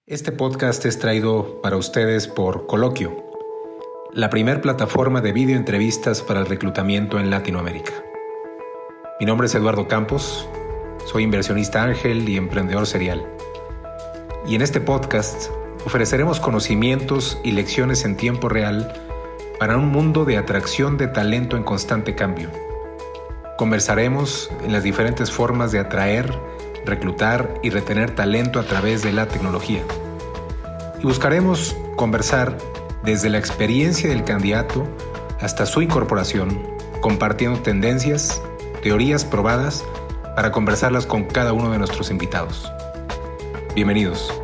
Este podcast es traído para ustedes por Coloquio, la primer plataforma de videoentrevistas para el reclutamiento en Latinoamérica. Mi nombre es Eduardo Campos, soy inversionista ángel y emprendedor serial. Y en este podcast ofreceremos conocimientos y lecciones en tiempo real para un mundo de atracción de talento en constante cambio. Conversaremos en las diferentes formas de atraer, reclutar y retener talento a través de la tecnología. Y buscaremos conversar desde la experiencia del candidato hasta su incorporación, compartiendo tendencias, teorías probadas para conversarlas con cada uno de nuestros invitados. Bienvenidos.